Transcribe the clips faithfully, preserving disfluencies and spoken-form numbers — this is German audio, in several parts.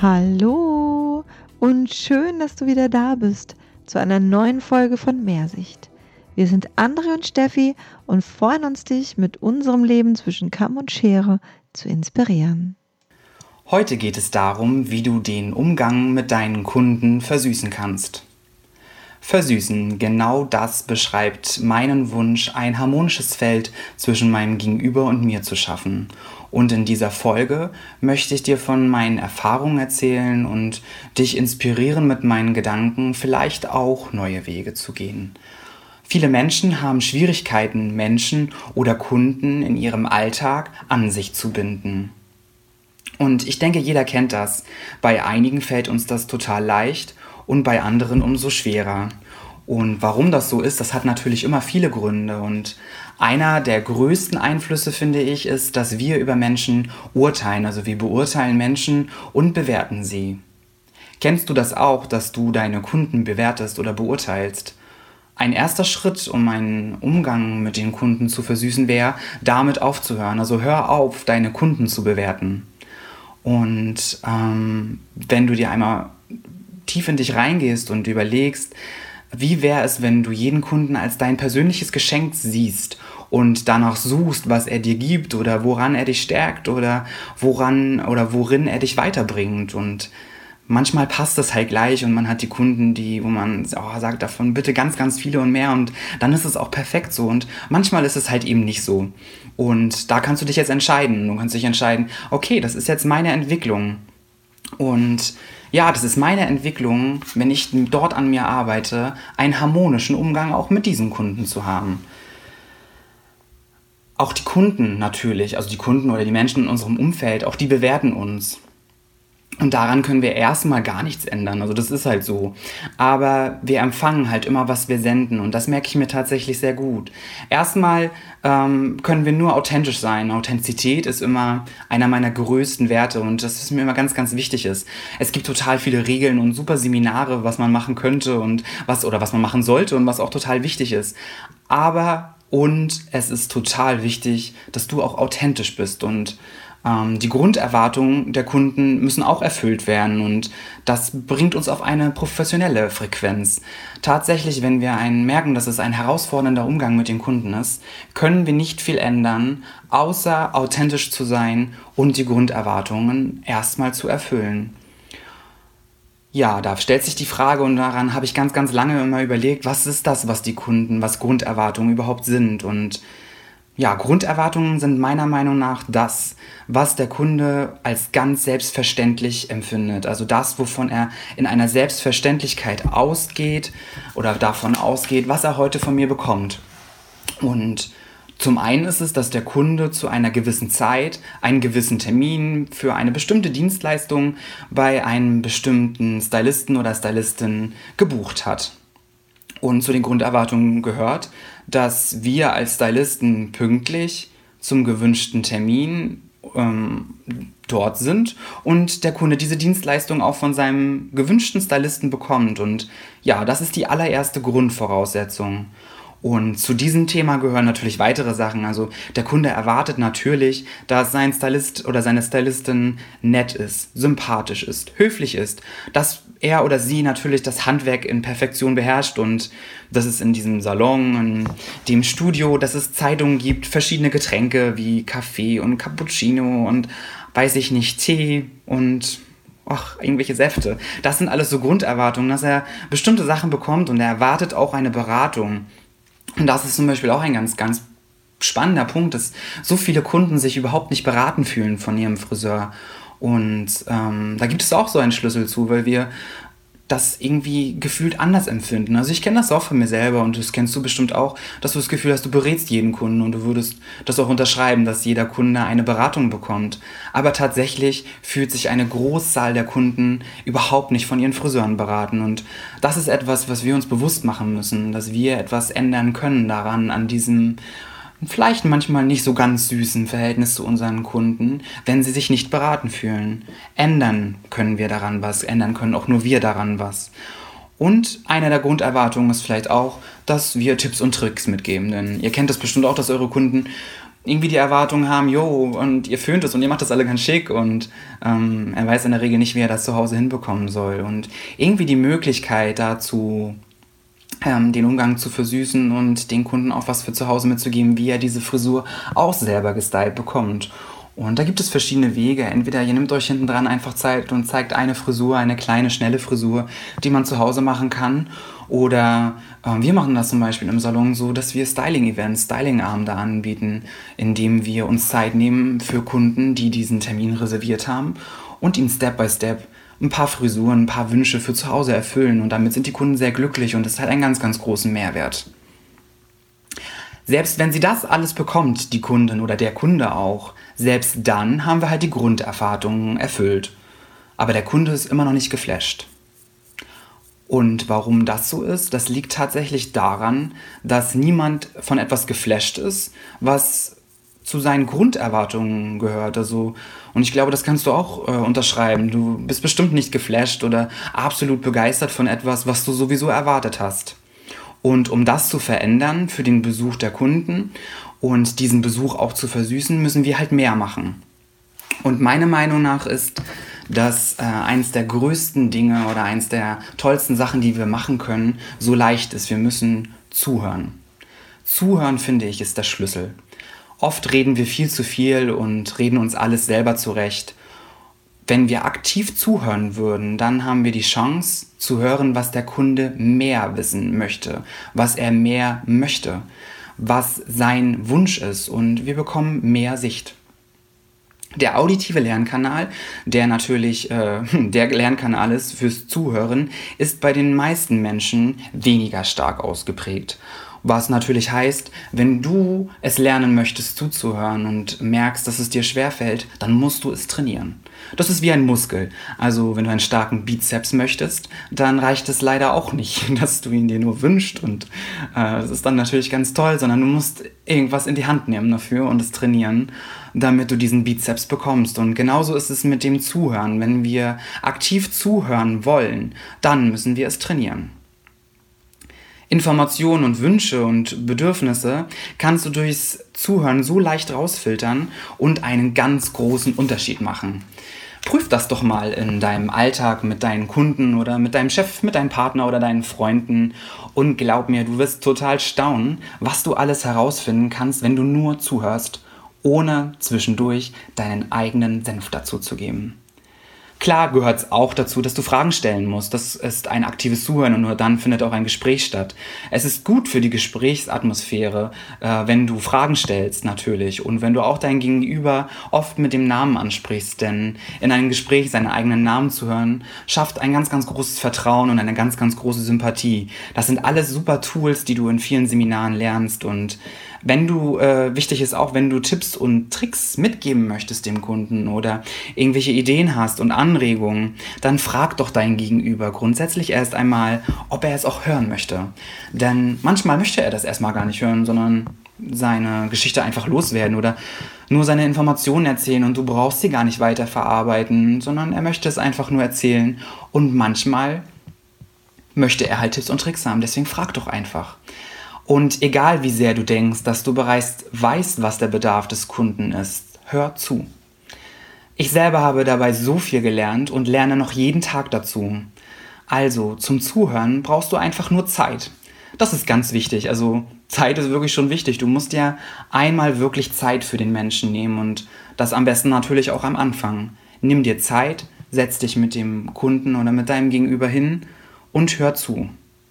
Hallo und schön, dass du wieder da bist zu einer neuen Folge von Mehrsicht. Wir sind André und Steffi und freuen uns, dich mit unserem Leben zwischen Kamm und Schere zu inspirieren. Heute geht es darum, wie du den Umgang mit deinen Kunden versüßen kannst. Versüßen, genau das beschreibt meinen Wunsch, ein harmonisches Feld zwischen meinem Gegenüber und mir zu schaffen. Und in dieser Folge möchte ich dir von meinen Erfahrungen erzählen und dich inspirieren, mit meinen Gedanken vielleicht auch neue Wege zu gehen. Viele Menschen haben Schwierigkeiten, Menschen oder Kunden in ihrem Alltag an sich zu binden. Und ich denke, jeder kennt das. Bei einigen fällt uns das total leicht und bei anderen umso schwerer. Und warum das so ist, das hat natürlich immer viele Gründe. Und einer der größten Einflüsse, finde ich, ist, dass wir über Menschen urteilen. Also wir beurteilen Menschen und bewerten sie. Kennst du das auch, dass du deine Kunden bewertest oder beurteilst? Ein erster Schritt, um einen Umgang mit den Kunden zu versüßen, wäre, damit aufzuhören. Also hör auf, deine Kunden zu bewerten. Und ähm, wenn du dir einmal tief in dich reingehst und überlegst, wie wäre es, wenn du jeden Kunden als dein persönliches Geschenk siehst und danach suchst, was er dir gibt oder woran er dich stärkt oder woran oder worin er dich weiterbringt. Und manchmal passt das halt gleich und man hat die Kunden, die, wo man oh, sagt, davon bitte ganz, ganz viele und mehr und dann ist es auch perfekt so. Und manchmal ist es halt eben nicht so. Und da kannst du dich jetzt entscheiden. Du kannst dich entscheiden, okay, das ist jetzt meine Entwicklung. Und ja, das ist meine Entwicklung, wenn ich dort an mir arbeite, einen harmonischen Umgang auch mit diesen Kunden zu haben. Auch die Kunden natürlich, also die Kunden oder die Menschen in unserem Umfeld, auch die bewerten uns. Und daran können wir erstmal gar nichts ändern, also das ist halt so. Aber wir empfangen halt immer, was wir senden und das merke ich mir tatsächlich sehr gut. Erstmal ähm, können wir nur authentisch sein. Authentizität ist immer einer meiner größten Werte und das ist mir immer ganz, ganz wichtig ist. Es gibt total viele Regeln und super Seminare, was man machen könnte und was oder was man machen sollte und was auch total wichtig ist. Aber und es ist total wichtig, dass du auch authentisch bist und die Grunderwartungen der Kunden müssen auch erfüllt werden und das bringt uns auf eine professionelle Frequenz. Tatsächlich, wenn wir einen merken, dass es ein herausfordernder Umgang mit den Kunden ist, können wir nicht viel ändern, außer authentisch zu sein und die Grunderwartungen erstmal zu erfüllen. Ja, da stellt sich die Frage und daran habe ich ganz, ganz lange immer überlegt, was ist das, was die Kunden, was Grunderwartungen überhaupt sind und ja, Grunderwartungen sind meiner Meinung nach das, was der Kunde als ganz selbstverständlich empfindet. Also das, wovon er in einer Selbstverständlichkeit ausgeht oder davon ausgeht, was er heute von mir bekommt. Und zum einen ist es, dass der Kunde zu einer gewissen Zeit einen gewissen Termin für eine bestimmte Dienstleistung bei einem bestimmten Stylisten oder Stylistin gebucht hat. Und zu den Grunderwartungen gehört, dass wir als Stylisten pünktlich zum gewünschten Termin ähm, dort sind und der Kunde diese Dienstleistung auch von seinem gewünschten Stylisten bekommt. Und ja, das ist die allererste Grundvoraussetzung. Und zu diesem Thema gehören natürlich weitere Sachen. Also der Kunde erwartet natürlich, dass sein Stylist oder seine Stylistin nett ist, sympathisch ist, höflich ist, dass er oder sie natürlich das Handwerk in Perfektion beherrscht und dass es in diesem Salon, in dem Studio, dass es Zeitungen gibt, verschiedene Getränke wie Kaffee und Cappuccino und weiß ich nicht, Tee und ach, irgendwelche Säfte. Das sind alles so Grunderwartungen, dass er bestimmte Sachen bekommt und er erwartet auch eine Beratung. Und das ist zum Beispiel auch ein ganz, ganz spannender Punkt, dass so viele Kunden sich überhaupt nicht beraten fühlen von ihrem Friseur. Und ähm, da gibt es auch so einen Schlüssel zu, weil wir das irgendwie gefühlt anders empfinden. Also ich kenne das auch von mir selber und das kennst du bestimmt auch, dass du das Gefühl hast, du berätst jeden Kunden und du würdest das auch unterschreiben, dass jeder Kunde eine Beratung bekommt. Aber tatsächlich fühlt sich eine Großzahl der Kunden überhaupt nicht von ihren Friseuren beraten und das ist etwas, was wir uns bewusst machen müssen, dass wir etwas ändern können daran, an diesem vielleicht manchmal nicht so ganz süßen Verhältnis zu unseren Kunden, wenn sie sich nicht beraten fühlen. Ändern können wir daran was, ändern können auch nur wir daran was. Und eine der Grunderwartungen ist vielleicht auch, dass wir Tipps und Tricks mitgeben, denn ihr kennt das bestimmt auch, dass eure Kunden irgendwie die Erwartung haben, jo, und ihr föhnt es und ihr macht das alle ganz schick und ähm, er weiß in der Regel nicht, wie er das zu Hause hinbekommen soll. Und irgendwie die Möglichkeit dazu, ähm, den Umgang zu versüßen und den Kunden auch was für zu Hause mitzugeben, wie er diese Frisur auch selber gestylt bekommt. Und da gibt es verschiedene Wege. Entweder ihr nehmt euch hinten dran einfach Zeit und zeigt eine Frisur, eine kleine, schnelle Frisur, die man zu Hause machen kann. Oder äh, wir machen das zum Beispiel im Salon so, dass wir Styling-Events, Styling-Abende anbieten, indem wir uns Zeit nehmen für Kunden, die diesen Termin reserviert haben und ihnen Step by Step ein paar Frisuren, ein paar Wünsche für zu Hause erfüllen. Und damit sind die Kunden sehr glücklich und es hat einen ganz, ganz großen Mehrwert. Selbst wenn sie das alles bekommt, die Kundin oder der Kunde auch, selbst dann haben wir halt die Grunderwartungen erfüllt. Aber der Kunde ist immer noch nicht geflasht. Und warum das so ist, das liegt tatsächlich daran, dass niemand von etwas geflasht ist, was zu seinen Grunderwartungen gehört. Also, und ich glaube, das kannst du auch äh, unterschreiben. Du bist bestimmt nicht geflasht oder absolut begeistert von etwas, was du sowieso erwartet hast. Und um das zu verändern für den Besuch der Kunden und diesen Besuch auch zu versüßen, müssen wir halt mehr machen. Und meine Meinung nach ist, dass äh, eins der größten Dinge oder eins der tollsten Sachen, die wir machen können, so leicht ist. Wir müssen zuhören. Zuhören, finde ich, ist der Schlüssel. Oft reden wir viel zu viel und reden uns alles selber zurecht. Wenn wir aktiv zuhören würden, dann haben wir die Chance zu hören, was der Kunde mehr wissen möchte, was er mehr möchte, was sein Wunsch ist und wir bekommen mehr Sicht. Der auditive Lernkanal, der natürlich äh, der Lernkanal ist fürs Zuhören, ist bei den meisten Menschen weniger stark ausgeprägt. Was natürlich heißt, wenn du es lernen möchtest zuzuhören und merkst, dass es dir schwerfällt, dann musst du es trainieren. Das ist wie ein Muskel. Also wenn du einen starken Bizeps möchtest, dann reicht es leider auch nicht, dass du ihn dir nur wünschst und äh, das ist dann natürlich ganz toll, sondern du musst irgendwas in die Hand nehmen dafür und es trainieren, damit du diesen Bizeps bekommst. Und genauso ist es mit dem Zuhören. Wenn wir aktiv zuhören wollen, dann müssen wir es trainieren. Informationen und Wünsche und Bedürfnisse kannst du durchs Zuhören so leicht rausfiltern und einen ganz großen Unterschied machen. Prüf das doch mal in deinem Alltag mit deinen Kunden oder mit deinem Chef, mit deinem Partner oder deinen Freunden und glaub mir, du wirst total staunen, was du alles herausfinden kannst, wenn du nur zuhörst, ohne zwischendurch deinen eigenen Senf dazu zu geben. Klar gehört es auch dazu, dass du Fragen stellen musst. Das ist ein aktives Zuhören und nur dann findet auch ein Gespräch statt. Es ist gut für die Gesprächsatmosphäre, äh, wenn du Fragen stellst natürlich und wenn du auch dein Gegenüber oft mit dem Namen ansprichst, denn in einem Gespräch seinen eigenen Namen zu hören, schafft ein ganz, ganz großes Vertrauen und eine ganz, ganz große Sympathie. Das sind alles super Tools, die du in vielen Seminaren lernst und wenn du, äh, wichtig ist auch, wenn du Tipps und Tricks mitgeben möchtest dem Kunden oder irgendwelche Ideen hast und Anregungen, dann frag doch dein Gegenüber grundsätzlich erst einmal, ob er es auch hören möchte. Denn manchmal möchte er das erstmal gar nicht hören, sondern seine Geschichte einfach loswerden oder nur seine Informationen erzählen und du brauchst sie gar nicht weiter verarbeiten, sondern er möchte es einfach nur erzählen und manchmal möchte er halt Tipps und Tricks haben, deswegen frag doch einfach. Und egal wie sehr du denkst, dass du bereits weißt, was der Bedarf des Kunden ist, hör zu. Ich selber habe dabei so viel gelernt und lerne noch jeden Tag dazu. Also, zum Zuhören brauchst du einfach nur Zeit. Das ist ganz wichtig, also Zeit ist wirklich schon wichtig. Du musst ja einmal wirklich Zeit für den Menschen nehmen und das am besten natürlich auch am Anfang. Nimm dir Zeit, setz dich mit dem Kunden oder mit deinem Gegenüber hin und hör zu.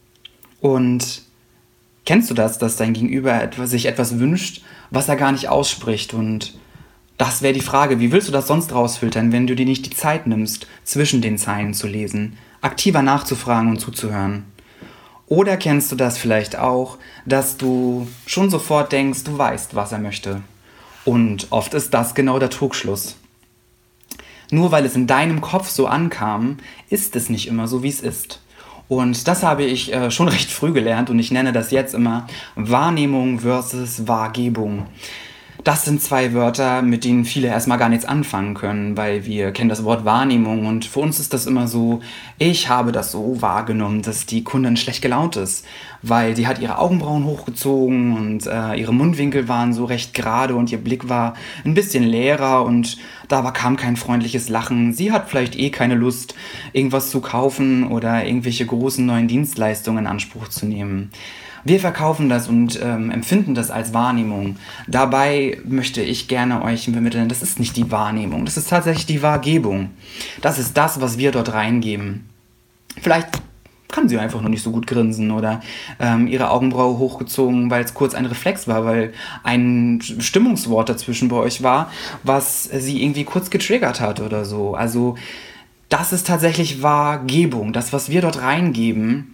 Und kennst du das, dass dein Gegenüber etwas, sich etwas wünscht, was er gar nicht ausspricht? Und das wäre die Frage, wie willst du das sonst rausfiltern, wenn du dir nicht die Zeit nimmst, zwischen den Zeilen zu lesen, aktiver nachzufragen und zuzuhören? Oder kennst du das vielleicht auch, dass du schon sofort denkst, du weißt, was er möchte? Und oft ist das genau der Trugschluss. Nur weil es in deinem Kopf so ankam, ist es nicht immer so, wie es ist. Und das habe ich äh, schon recht früh gelernt und ich nenne das jetzt immer Wahrnehmung versus Wahrgebung. das sind zwei Wörter, mit denen viele erstmal gar nichts anfangen können, weil wir kennen das Wort Wahrnehmung und für uns ist das immer so, ich habe das so wahrgenommen, dass die Kundin schlecht gelaunt ist, weil die hat ihre Augenbrauen hochgezogen und äh, ihre Mundwinkel waren so recht gerade und ihr Blick war ein bisschen leerer und da kam kein freundliches Lachen. Sie hat vielleicht eh keine Lust, irgendwas zu kaufen oder irgendwelche großen neuen Dienstleistungen in Anspruch zu nehmen. Wir verkaufen das und ähm, empfinden das als Wahrnehmung. Dabei möchte ich gerne euch vermitteln, das ist nicht die Wahrnehmung, das ist tatsächlich die Wahrgebung. Das ist das, was wir dort reingeben. Vielleicht kann sie einfach noch nicht so gut grinsen oder ähm, ihre Augenbraue hochgezogen, weil es kurz ein Reflex war, weil ein Stimmungswort dazwischen bei euch war, was sie irgendwie kurz getriggert hat oder so. Also das ist tatsächlich Wahrgebung. Das, was wir dort reingeben,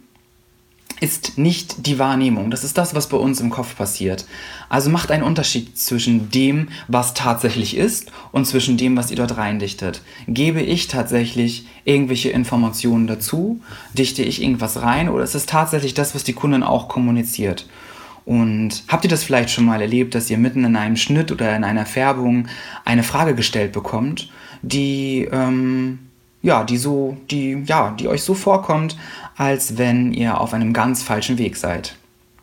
ist nicht die Wahrnehmung. Das ist das, was bei uns im Kopf passiert. Also macht einen Unterschied zwischen dem, was tatsächlich ist und zwischen dem, was ihr dort reindichtet. Gebe ich tatsächlich irgendwelche Informationen dazu? Dichte ich irgendwas rein? Oder ist es tatsächlich das, was die Kundin auch kommuniziert? Und habt ihr das vielleicht schon mal erlebt, dass ihr mitten in einem Schnitt oder in einer Färbung eine Frage gestellt bekommt, die... Ähm, Ja, die so, die, ja, die euch so vorkommt, als wenn ihr auf einem ganz falschen Weg seid.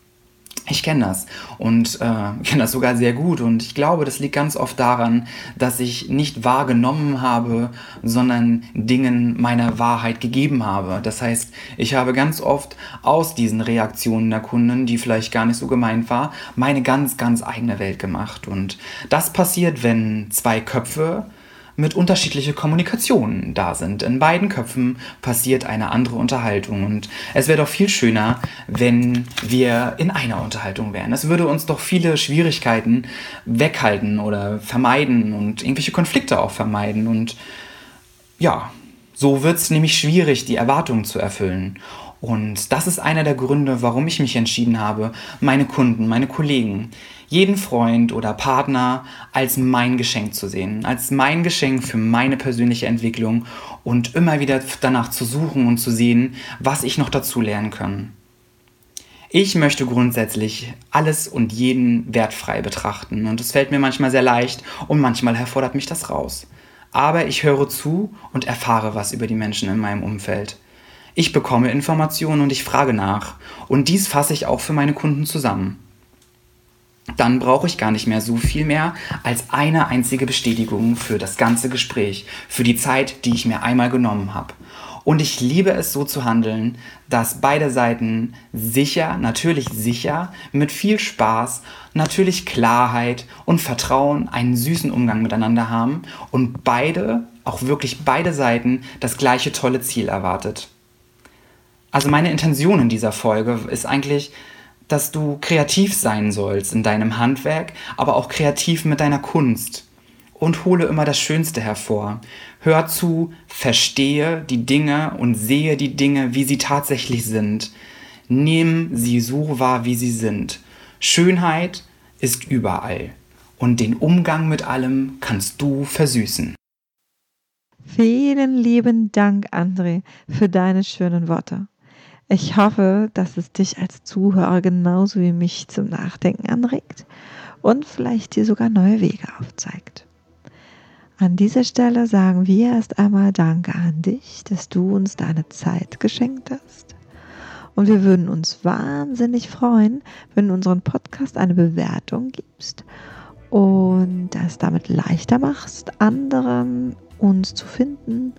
Ich kenne das und äh, kenne das sogar sehr gut und ich glaube, das liegt ganz oft daran, dass ich nicht wahrgenommen habe, sondern Dingen meiner Wahrheit gegeben habe. Das heißt, ich habe ganz oft aus diesen Reaktionen der Kunden, die vielleicht gar nicht so gemeint war, meine ganz, ganz eigene Welt gemacht. Und das passiert, wenn zwei Köpfe mit unterschiedliche Kommunikationen da sind. In beiden Köpfen passiert eine andere Unterhaltung und es wäre doch viel schöner, wenn wir in einer Unterhaltung wären. Es würde uns doch viele Schwierigkeiten weghalten oder vermeiden und irgendwelche Konflikte auch vermeiden und ja, so wird es nämlich schwierig, die Erwartungen zu erfüllen. Und das ist einer der Gründe, warum ich mich entschieden habe, meine Kunden, meine Kollegen, jeden Freund oder Partner als mein Geschenk zu sehen, als mein Geschenk für meine persönliche Entwicklung und immer wieder danach zu suchen und zu sehen, was ich noch dazu lernen kann. Ich möchte grundsätzlich alles und jeden wertfrei betrachten und es fällt mir manchmal sehr leicht und manchmal herfordert mich das raus. Aber ich höre zu und erfahre was über die Menschen in meinem Umfeld. Ich bekomme Informationen und ich frage nach. Und dies fasse ich auch für meine Kunden zusammen. Dann brauche ich gar nicht mehr so viel mehr als eine einzige Bestätigung für das ganze Gespräch, für die Zeit, die ich mir einmal genommen habe. Und ich liebe es so zu handeln, dass beide Seiten sicher, natürlich sicher, mit viel Spaß, natürlich Klarheit und Vertrauen einen süßen Umgang miteinander haben und beide, auch wirklich beide Seiten, das gleiche tolle Ziel erwartet. Also meine Intention in dieser Folge ist eigentlich, dass du kreativ sein sollst in deinem Handwerk, aber auch kreativ mit deiner Kunst. Und hole immer das Schönste hervor. Hör zu, verstehe die Dinge und sehe die Dinge, wie sie tatsächlich sind. Nimm sie so wahr, wie sie sind. Schönheit ist überall. Und den Umgang mit allem kannst du versüßen. Vielen lieben Dank, André, für deine schönen Worte. Ich hoffe, dass es dich als Zuhörer genauso wie mich zum Nachdenken anregt und vielleicht dir sogar neue Wege aufzeigt. An dieser Stelle sagen wir erst einmal Danke an dich, dass du uns deine Zeit geschenkt hast. Und wir würden uns wahnsinnig freuen, wenn du unseren Podcast eine Bewertung gibst und es damit leichter machst, anderen uns zu finden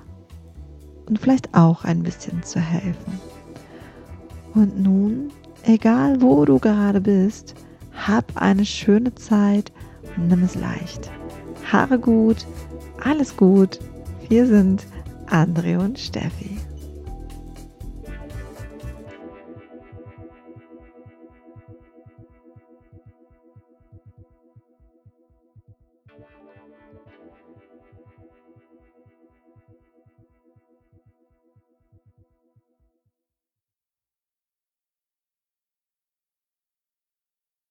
und vielleicht auch ein bisschen zu helfen. Und nun, egal wo du gerade bist, hab eine schöne Zeit und nimm es leicht. Haare gut, alles gut. Wir sind André und Steffi.